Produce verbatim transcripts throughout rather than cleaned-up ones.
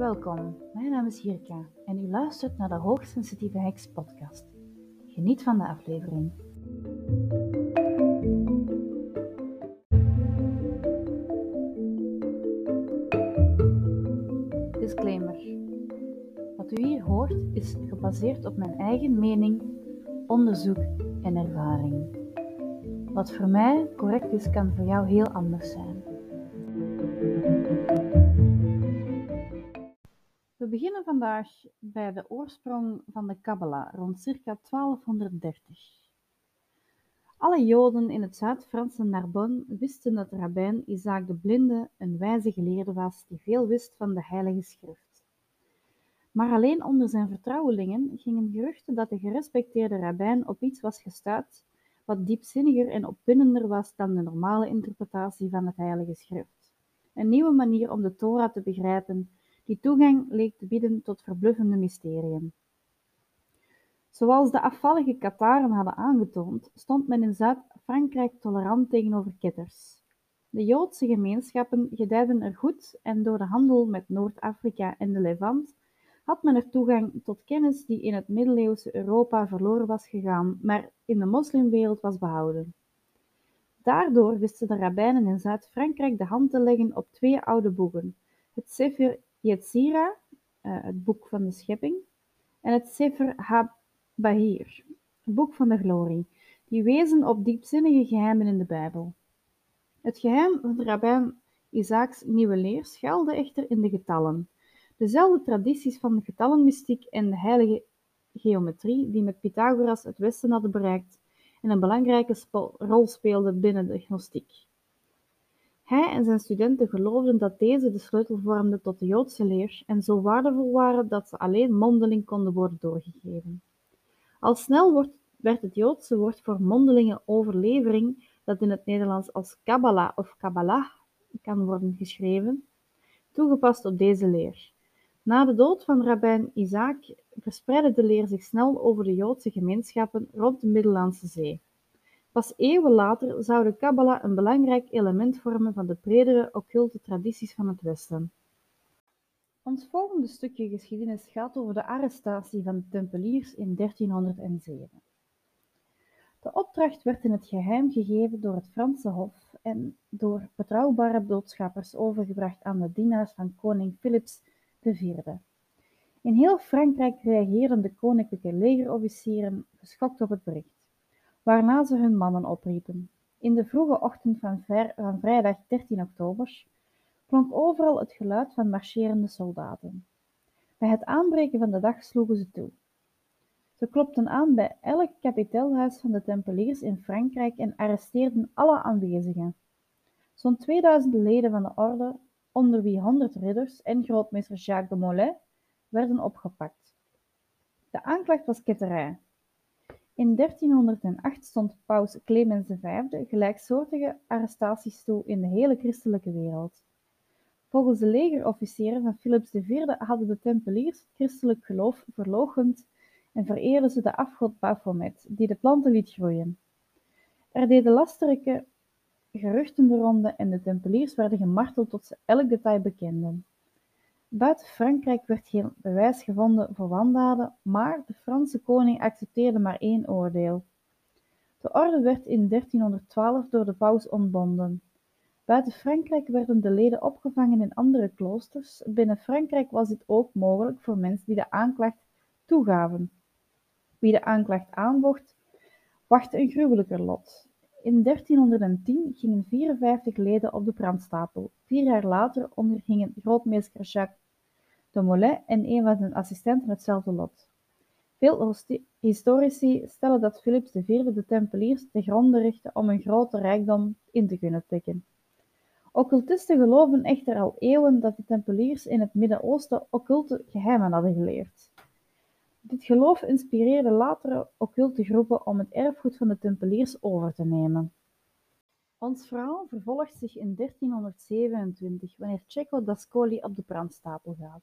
Welkom, mijn naam is Jirka en u luistert naar de Hoogsensitieve Heks podcast. Geniet van de aflevering. Disclaimer. Wat u hier hoort is gebaseerd op mijn eigen mening, onderzoek en ervaring. Wat voor mij correct is, kan voor jou heel anders zijn. We beginnen vandaag bij de oorsprong van de Kabbala rond circa twaalfhonderddertig. Alle Joden in het Zuid-Franse Narbonne wisten dat rabbijn Isaac de Blinde een wijze geleerde was die veel wist van de Heilige Schrift. Maar alleen onder zijn vertrouwelingen gingen geruchten dat de gerespecteerde rabbijn op iets was gestuurd wat diepzinniger en opwindender was dan de normale interpretatie van het Heilige Schrift. Een nieuwe manier om de Torah te begrijpen, die toegang leek te bieden tot verbluffende mysteriën. Zoals de afvallige Kataren hadden aangetoond, stond men in Zuid-Frankrijk tolerant tegenover ketters. De Joodse gemeenschappen gedijden er goed en door de handel met Noord-Afrika en de Levant had men er toegang tot kennis die in het middeleeuwse Europa verloren was gegaan, maar in de moslimwereld was behouden. Daardoor wisten de rabbijnen in Zuid-Frankrijk de hand te leggen op twee oude boeken, het Sefer Yetzira, uh, het boek van de schepping, en het Sefer HaBahir, het boek van de glorie, die wezen op diepzinnige geheimen in de Bijbel. Het geheim van de rabbijn Isaacs nieuwe leer schuilde echter in de getallen. Dezelfde tradities van de getallenmystiek en de heilige geometrie die met Pythagoras het Westen hadden bereikt en een belangrijke spo- rol speelden binnen de gnostiek. Hij en zijn studenten geloofden dat deze de sleutel vormden tot de Joodse leer en zo waardevol waren dat ze alleen mondeling konden worden doorgegeven. Al snel wordt, werd het Joodse woord voor mondelinge overlevering, dat in het Nederlands als Kabbala of Kabbalah kan worden geschreven, toegepast op deze leer. Na de dood van rabbijn Isaac verspreidde de leer zich snel over de Joodse gemeenschappen rond de Middellandse Zee. Pas eeuwen later zou de Kabbala een belangrijk element vormen van de bredere occulte tradities van het Westen. Ons volgende stukje geschiedenis gaat over de arrestatie van de Tempeliers in dertienhonderdzeven. De opdracht werd in het geheim gegeven door het Franse Hof en door betrouwbare boodschappers overgebracht aan de dienaars van koning Philips de vierde. In heel Frankrijk reageerden de koninklijke legerofficieren geschokt op het bericht, waarna ze hun mannen opriepen. In de vroege ochtend van, vrij, van vrijdag dertien oktober klonk overal het geluid van marcherende soldaten. Bij het aanbreken van de dag sloegen ze toe. Ze klopten aan bij elk kapitelhuis van de Tempeliers in Frankrijk en arresteerden alle aanwezigen. Zo'n tweeduizend leden van de orde, onder wie honderd ridders en grootmeester Jacques de Molay, werden opgepakt. De aanklacht was ketterij. In dertienhonderdacht stond paus Clemens de vijfde gelijksoortige arrestaties toe in de hele christelijke wereld. Volgens de legerofficieren van Philips de vierde hadden de Tempeliers het christelijk geloof verloochend en vereerden ze de afgod Baphomet, die de planten liet groeien. Er deden lasterlijke geruchten de ronde en de Tempeliers werden gemarteld tot ze elk detail bekenden. Buiten Frankrijk werd geen bewijs gevonden voor wandaden, maar de Franse koning accepteerde maar één oordeel. De orde werd in dertienhonderdtwaalf door de paus ontbonden. Buiten Frankrijk werden de leden opgevangen in andere kloosters. Binnen Frankrijk was dit ook mogelijk voor mensen die de aanklacht toegaven. Wie de aanklacht aanvocht, wachtte een gruwelijker lot. In dertienhonderdtien gingen vierenvijftig leden op de brandstapel. Vier jaar later ondergingen grootmeester Jacques de Molay en een van zijn assistenten hetzelfde lot. Veel historici stellen dat Philips de vierde de Tempeliers te gronde richtte om een grote rijkdom in te kunnen pikken. Occultisten geloven echter al eeuwen dat de Tempeliers in het Midden-Oosten occulte geheimen hadden geleerd. Dit geloof inspireerde latere occulte groepen om het erfgoed van de Tempeliers over te nemen. Ons verhaal vervolgt zich in dertienhonderdzevenentwintig, wanneer Cecco d'Ascoli op de brandstapel gaat.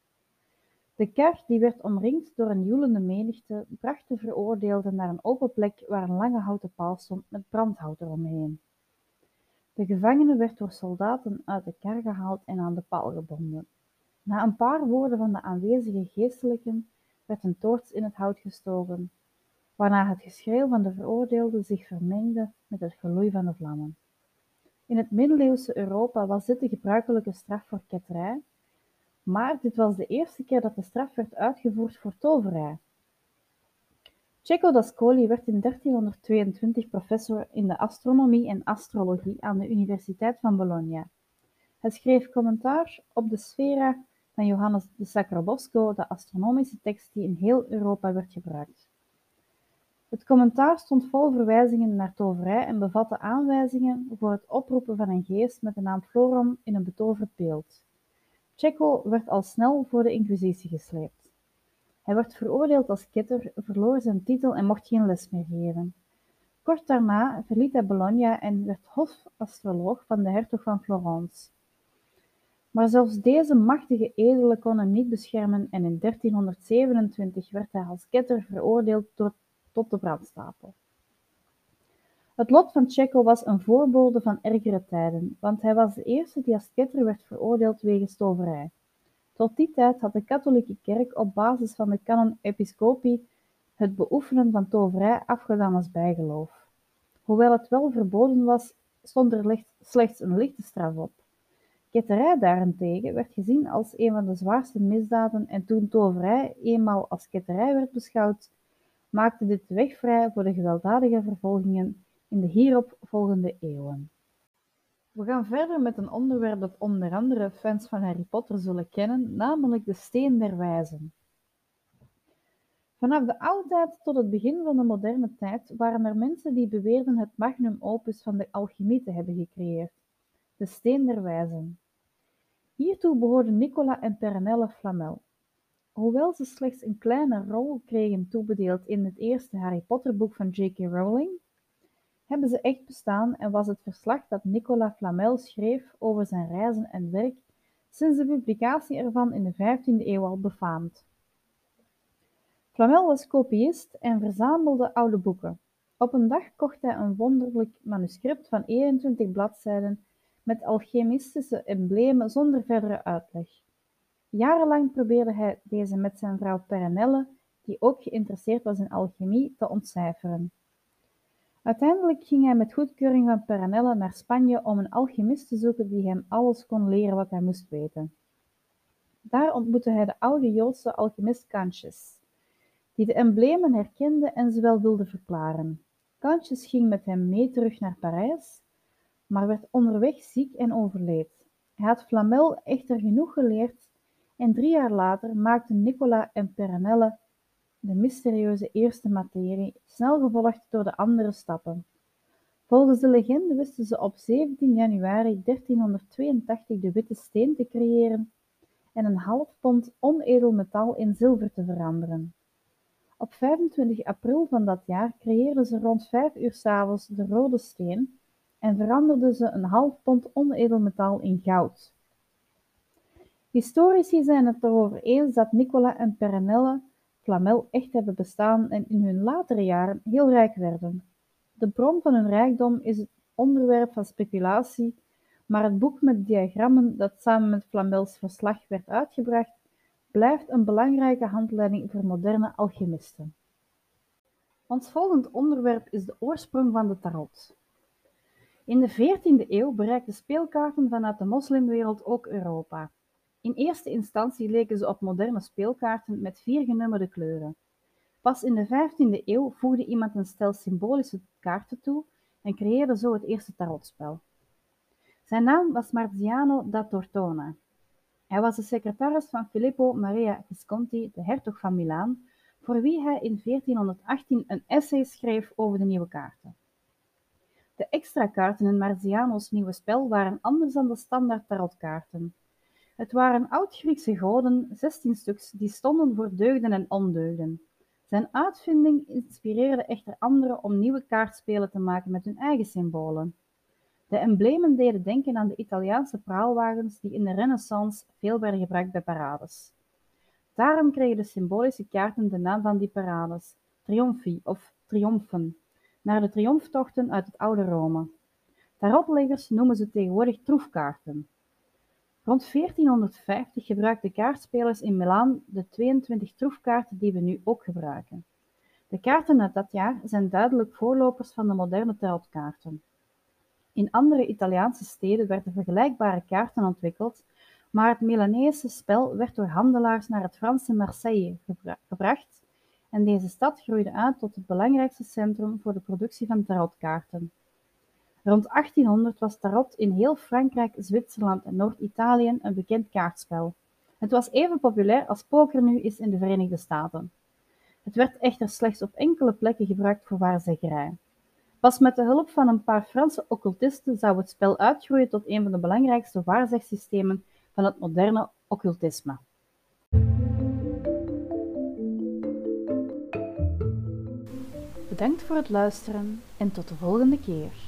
De kar, die werd omringd door een joelende menigte, bracht de veroordeelden naar een open plek waar een lange houten paal stond met brandhout eromheen. De gevangene werd door soldaten uit de kar gehaald en aan de paal gebonden. Na een paar woorden van de aanwezige geestelijken werd een toorts in het hout gestoken, waarna het geschreeuw van de veroordeelde zich vermengde met het geloei van de vlammen. In het middeleeuwse Europa was dit de gebruikelijke straf voor ketterij, maar dit was de eerste keer dat de straf werd uitgevoerd voor toverij. Cecco d'Ascoli werd in dertienhonderdtweeëntwintig professor in de astronomie en astrologie aan de Universiteit van Bologna. Hij schreef commentaar op de Sfera van Johannes de Sacrobosco, de astronomische tekst die in heel Europa werd gebruikt. Het commentaar stond vol verwijzingen naar toverij en bevatte aanwijzingen voor het oproepen van een geest met de naam Floron in een betoverd beeld. Cecco werd al snel voor de inquisitie gesleept. Hij werd veroordeeld als ketter, verloor zijn titel en mocht geen les meer geven. Kort daarna verliet hij Bologna en werd hofastroloog van de hertog van Florence. Maar zelfs deze machtige edele kon hem niet beschermen en in dertienhonderdzevenentwintig werd hij als ketter veroordeeld tot, tot de brandstapel. Het lot van Cecco was een voorbode van ergere tijden, want hij was de eerste die als ketter werd veroordeeld wegens toverij. Tot die tijd had de katholieke kerk op basis van de canon episcopi het beoefenen van toverij afgedaan als bijgeloof. Hoewel het wel verboden was, stond er slechts een lichte straf op. Ketterij daarentegen werd gezien als een van de zwaarste misdaden en toen toverij eenmaal als ketterij werd beschouwd, maakte dit de weg vrij voor de gewelddadige vervolgingen in de hierop volgende eeuwen. We gaan verder met een onderwerp dat onder andere fans van Harry Potter zullen kennen, namelijk de Steen der Wijzen. Vanaf de oudheid tot het begin van de moderne tijd waren er mensen die beweerden het magnum opus van de alchemie te hebben gecreëerd, de Steen der Wijzen. Hiertoe behoorden Nicola en Perenelle Flamel. Hoewel ze slechts een kleine rol kregen toebedeeld in het eerste Harry Potter boek van J K Rowling, hebben ze echt bestaan en was het verslag dat Nicola Flamel schreef over zijn reizen en werk sinds de publicatie ervan in de vijftiende eeuw al befaamd. Flamel was kopiist en verzamelde oude boeken. Op een dag kocht hij een wonderlijk manuscript van eenentwintig bladzijden met alchemistische emblemen zonder verdere uitleg. Jarenlang probeerde hij deze met zijn vrouw Perenelle, die ook geïnteresseerd was in alchemie, te ontcijferen. Uiteindelijk ging hij met goedkeuring van Perenelle naar Spanje om een alchemist te zoeken die hem alles kon leren wat hij moest weten. Daar ontmoette hij de oude Joodse alchemist Canches, die de emblemen herkende en ze wel wilde verklaren. Canches ging met hem mee terug naar Parijs, maar werd onderweg ziek en overleed. Hij had Flamel echter genoeg geleerd en drie jaar later maakten Nicola en Perenelle de mysterieuze eerste materie, snel gevolgd door de andere stappen. Volgens de legende wisten ze op zeventien januari dertienhonderdtweeëntachtig de witte steen te creëren en een half pond onedel metaal in zilver te veranderen. Op vijfentwintig april van dat jaar creëerden ze rond vijf uur 's avonds de rode steen en veranderden ze een half pond onedel metaal in goud. Historici zijn het erover eens dat Nicola en Perenelle Flamel echt hebben bestaan en in hun latere jaren heel rijk werden. De bron van hun rijkdom is het onderwerp van speculatie, maar het boek met diagrammen dat samen met Flamels verslag werd uitgebracht, blijft een belangrijke handleiding voor moderne alchemisten. Ons volgend onderwerp is de oorsprong van de tarot. In de veertiende eeuw bereikten speelkaarten vanuit de moslimwereld ook Europa. In eerste instantie leken ze op moderne speelkaarten met vier genummerde kleuren. Pas in de vijftiende eeuw voegde iemand een stel symbolische kaarten toe en creëerde zo het eerste tarotspel. Zijn naam was Marziano da Tortona. Hij was de secretaris van Filippo Maria Visconti, de hertog van Milaan, voor wie hij in veertienhonderdachttien een essay schreef over de nieuwe kaarten. De extra kaarten in Marziano's nieuwe spel waren anders dan de standaard tarotkaarten. Het waren oud-Griekse goden, zestien stuks, die stonden voor deugden en ondeugden. Zijn uitvinding inspireerde echter anderen om nieuwe kaartspelen te maken met hun eigen symbolen. De emblemen deden denken aan de Italiaanse praalwagens die in de Renaissance veel werden gebruikt bij parades. Daarom kregen de symbolische kaarten de naam van die parades, triomfi of triomfen, naar de triomftochten uit het oude Rome. Tarotleggers noemen ze tegenwoordig troefkaarten. Rond veertienhonderdvijftig gebruikten kaartspelers in Milaan de tweeëntwintig troefkaarten die we nu ook gebruiken. De kaarten uit dat jaar zijn duidelijk voorlopers van de moderne tarotkaarten. In andere Italiaanse steden werden vergelijkbare kaarten ontwikkeld, maar het Milanese spel werd door handelaars naar het Franse Marseille gebra- gebracht en deze stad groeide uit tot het belangrijkste centrum voor de productie van tarotkaarten. Rond achttienhonderd was tarot in heel Frankrijk, Zwitserland en Noord-Italië een bekend kaartspel. Het was even populair als poker nu is in de Verenigde Staten. Het werd echter slechts op enkele plekken gebruikt voor waarzeggerij. Pas met de hulp van een paar Franse occultisten zou het spel uitgroeien tot een van de belangrijkste waarzegsystemen van het moderne occultisme. Bedankt voor het luisteren en tot de volgende keer.